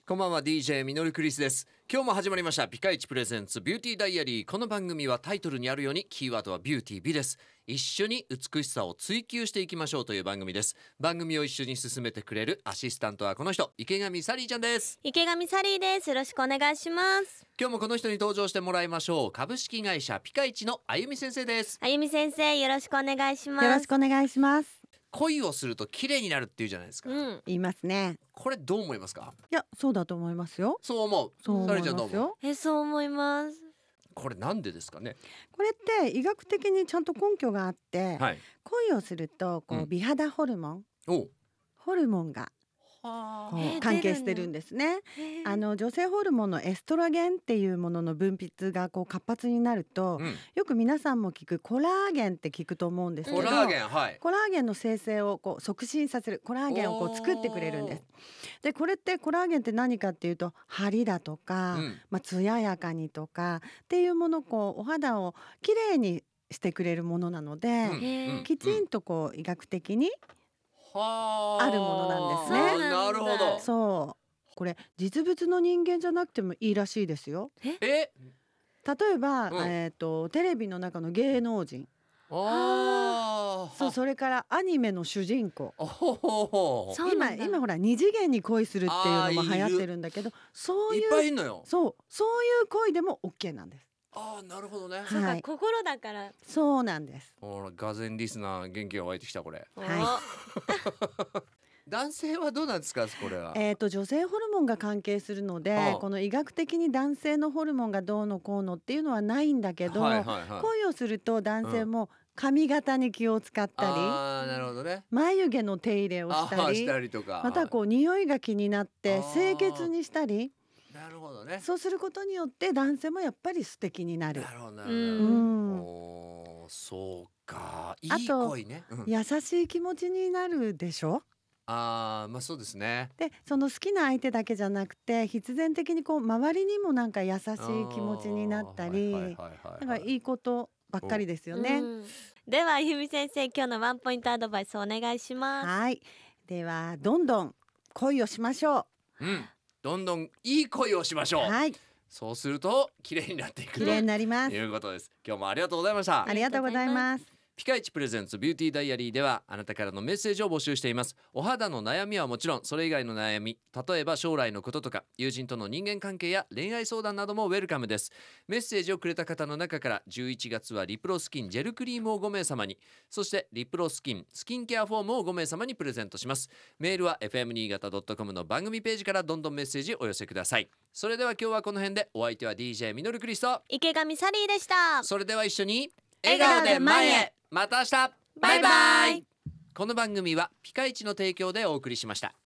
こんばんは DJ ミノルクリスです。今日も始まりましたピカイチプレゼンツビューティーダイアリー。この番組はタイトルにあるようにキーワードはビューティー美です。一緒に美しさを追求していきましょうという番組です。番組を一緒に進めてくれるアシスタントはこの人、池上サリーちゃんです。 池上サリーです。よろしくお願いします。 今日もこの人に登場してもらいましょう。株式会社ピカイチのあゆみ先生です。 あゆみ先生、よろしくお願いします。 よろしくお願いします。 恋をすると綺麗になるっていうじゃないですか、 言いますね。 これどう思いますか？ いや、そうだと思いますよ。 そう思う。 そう思いサリーちゃんどう思う？ ますよ。 そう思います。 これなんでですかね？ これって医学的にちゃんと根拠があって、 はい。 恋をすると美肌ホルモン、ホルモンがは関係してるんですね。女性ホルモンのエストラゲンっていうものの分泌が活発になると、よく皆さんも聞くコラーゲンって聞くと思うんですけど、 コラーゲン、はい。 コラーゲンの生成を促進させる、コラーゲンを作ってくれるんです。で、これってコラーゲンって何かっていうと、張りだとか、艶やかにとかっていうものお肌をきれいにしてくれるものなので、きちんと医学的にあるものなんですね。 なるほど。 そうこれ実物の人間じゃなくてもいいらしいですよ。例えば、テレビの中の芸能人、それからアニメの主人公、今ほら二次元に恋するっていうのも流行ってるんだけど、そういういっぱいいんのよ。 そういう恋でも OK なんです。 なるほどね。 そうか、心だから。 そうなんです。 ガゼンリスナー元気が湧いてきたこれ。男性はどうなんですかこれは？ 女性ホルモンが関係するので、この医学的に男性のホルモンがどうのこうのっていうのはないんだけど、恋をすると男性も髪型に気を使ったり、 なるほどね、 眉毛の手入れをしたりとか、 また匂いが気になって清潔にしたり、 なるほどね、 そうすることによって男性もやっぱり素敵になる。 なるほどなるほど。そうか、いい恋ね。 優しい気持ちになるでしょ。 そうですね。 で、その好きな相手だけじゃなくて、必然的に周りにもなんか優しい気持ちになったり、なんかいいことばっかりですよね。 ではあゆみ先生、今日のワンポイントアドバイスお願いします。 はい、ではどんどん恋をしましょう。 どんどんいい恋をしましょう。はい。そうすると綺麗になっていく綺麗になります。 ということです。今日もありがとうございました。 ありがとうございます。 ピカイチプレゼンツビューティーダイアリーではあなたからのメッセージを募集しています。お肌の悩みはもちろん、それ以外の悩み、例えば将来のこととか友人との人間関係や恋愛相談などもウェルカムです。メッセージをくれた方の中から11月はリプロスキンジェルクリームを5名様に、そしてリプロスキンスキンケアフォームを5名様にプレゼントします。メールは fm 新潟 .com の番組ページからどんどんメッセージお寄せください。それでは今日はこの辺で、お相手は DJ ミノルクリスト、 池上サリーでした。 それでは一緒に笑顔で前へ。 また明日。バイバイ。この番組はピカイチの提供でお送りしました。